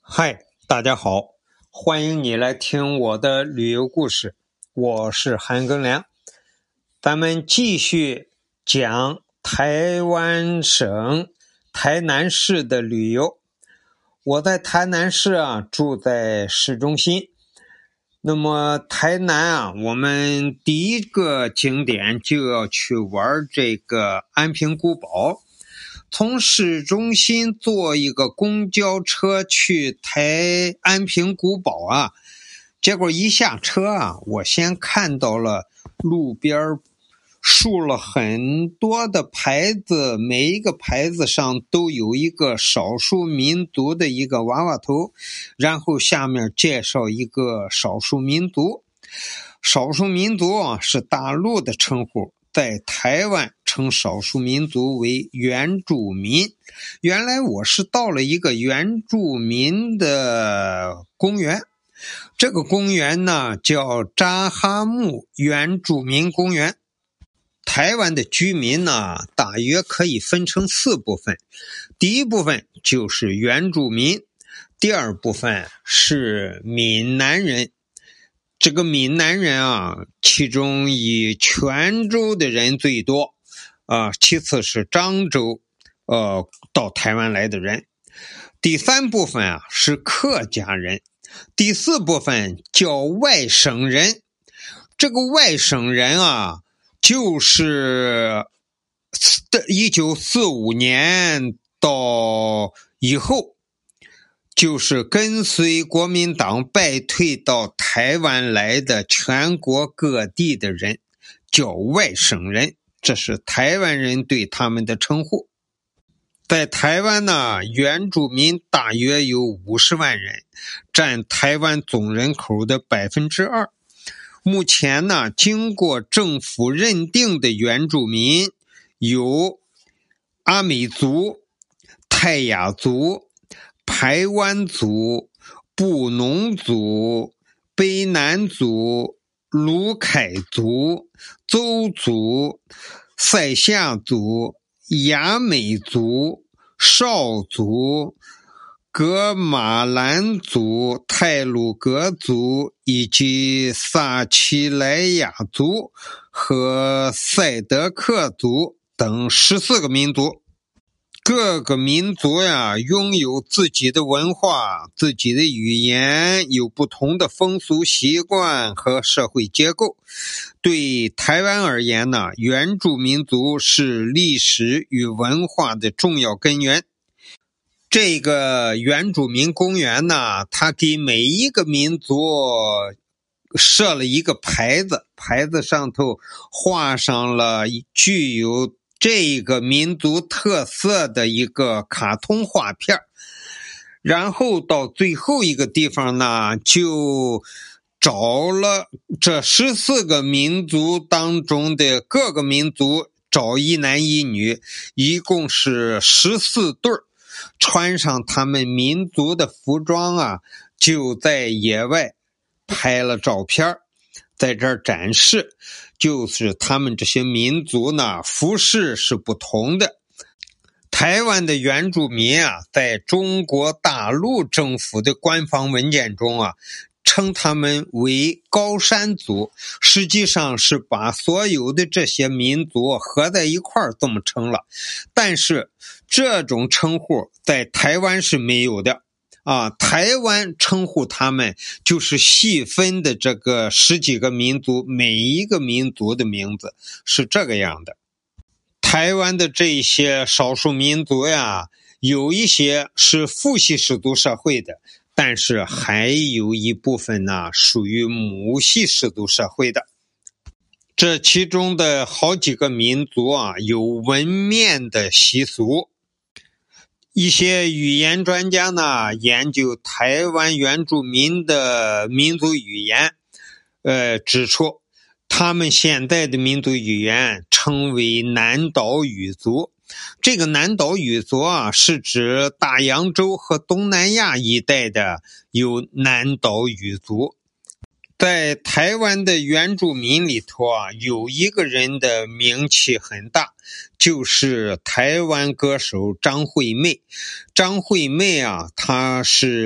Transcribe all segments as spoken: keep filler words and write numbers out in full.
嗨，大家好，欢迎你来听我的旅游故事，我是韩庚良。咱们继续讲台湾省台南市的旅游。我在台南市啊，住在市中心。那么台南啊，我们第一个景点就要去玩这个安平古堡。从市中心坐一个公交车去台安平古堡啊，结果一下车啊，我先看到了路边竖了很多的牌子，每一个牌子上都有一个少数民族的一个娃娃头，然后下面介绍一个少数民族。少数民族啊是大陆的称呼，在台湾称少数民族为原住民。原来我是到了一个原住民的公园，这个公园呢叫扎哈木原住民公园。台湾的居民呢大约可以分成四部分，第一部分就是原住民，第二部分是闽南人。这个闽南人啊，其中以泉州的人最多，啊，其次是漳州，呃，到台湾来的人。第三部分啊是客家人，第四部分叫外省人。这个外省人啊，就是一九四五年到以后。就是跟随国民党败退到台湾来的全国各地的人，叫外省人，这是台湾人对他们的称呼。在台湾呢，原住民大约有五十万人，占台湾总人口的 百分之二。 目前呢，经过政府认定的原住民有阿美族、泰雅族、排湾族、布农族、卑南族、鲁凯族、邹族、塞夏族、雅美族、邵族、噶玛兰族、太鲁阁族以及萨奇莱雅族和赛德克族等十四个民族。各个民族呀，拥有自己的文化、自己的语言，有不同的风俗习惯和社会结构。对台湾而言呢，原住民族是历史与文化的重要根源。这个原住民公园呢，它给每一个民族设了一个牌子，牌子上头画上了具有这个民族特色的一个卡通画片，然后到最后一个地方呢，就找了这十四个民族当中的各个民族，找一男一女，一共是十四对，穿上他们民族的服装啊，就在野外拍了照片，在这儿展示。就是他们这些民族呢，服饰是不同的。台湾的原住民啊，在中国大陆政府的官方文件中啊，称他们为高山族，实际上是把所有的这些民族合在一块儿这么称了。但是这种称呼在台湾是没有的。啊，台湾称呼他们就是细分的这个十几个民族，每一个民族的名字是这个样的。台湾的这些少数民族呀，有一些是父系氏族社会的，但是还有一部分呢属于母系氏族社会的。这其中的好几个民族啊，有纹面的习俗。一些语言专家呢，研究台湾原住民的民族语言，呃，指出他们现在的民族语言称为南岛语族。这个南岛语族啊，是指大洋洲和东南亚一带的有南岛语族。在台湾的原住民里头啊，有一个人的名气很大，就是台湾歌手张惠妹。张惠妹啊，她是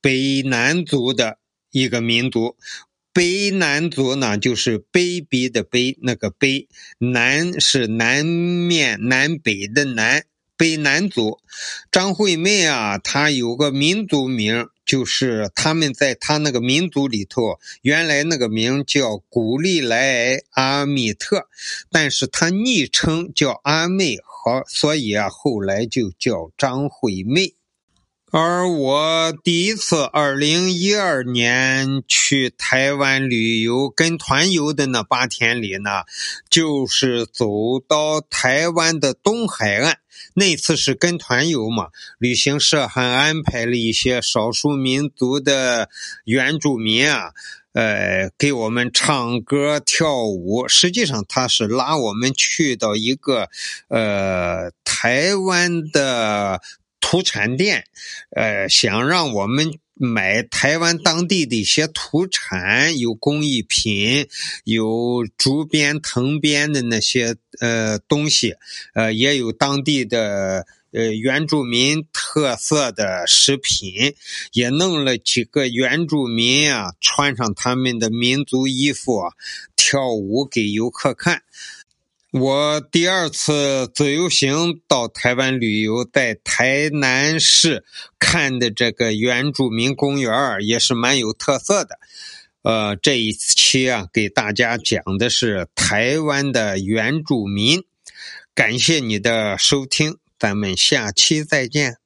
卑南族的一个民族。卑南族呢，就是卑鄙的卑，那个卑，南是南面南北的南，卑南族。张惠妹啊，她有个民族名，就是他们在她那个民族里头，原来那个名叫古利莱阿密特，但是她昵称叫阿妹，好，所以啊，后来就叫张惠妹。而我第一次二零一二年去台湾旅游跟团游的那八天里呢，就是走到台湾的东海岸。那次是跟团游嘛，旅行社还安排了一些少数民族的原住民啊，呃，给我们唱歌跳舞。实际上他是拉我们去到一个呃台湾的土产店，呃，想让我们买台湾当地的一些土产，有工艺品，有竹编藤编的那些呃东西，呃，也有当地的呃原住民特色的食品，也弄了几个原住民啊，穿上他们的民族衣服啊，跳舞给游客看。我第二次自由行到台湾旅游，在台南市看的这个原住民公园也是蛮有特色的。呃，这一期啊，给大家讲的是台湾的原住民。感谢你的收听，咱们下期再见。